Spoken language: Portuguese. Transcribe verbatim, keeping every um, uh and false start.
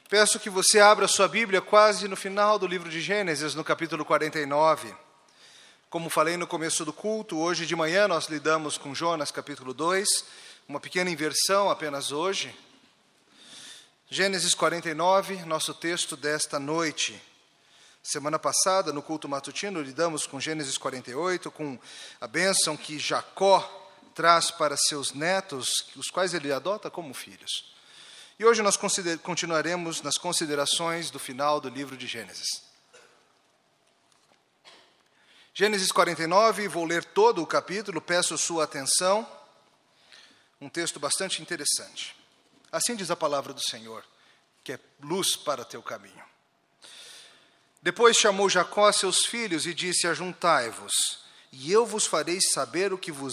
Peço que você abra sua Bíblia quase no final do livro de Gênesis, no capítulo quarenta e nove. Como falei no começo do culto, hoje de manhã nós lidamos com Jonas, capítulo dois, uma pequena inversão apenas hoje. Gênesis quarenta e nove, nosso texto desta noite. Semana passada, no culto matutino, lidamos com Gênesis quarenta e oito, com a bênção que Jacó traz para seus netos, os quais ele adota como filhos. E hoje nós continuaremos nas considerações do final do livro de Gênesis. Gênesis quarenta e nove, vou ler todo o capítulo, peço sua atenção. Um texto bastante interessante. Assim diz a palavra do Senhor, que é luz para teu caminho. Depois chamou Jacó a seus filhos e disse: ajuntai-vos, e eu vos farei saber o que vos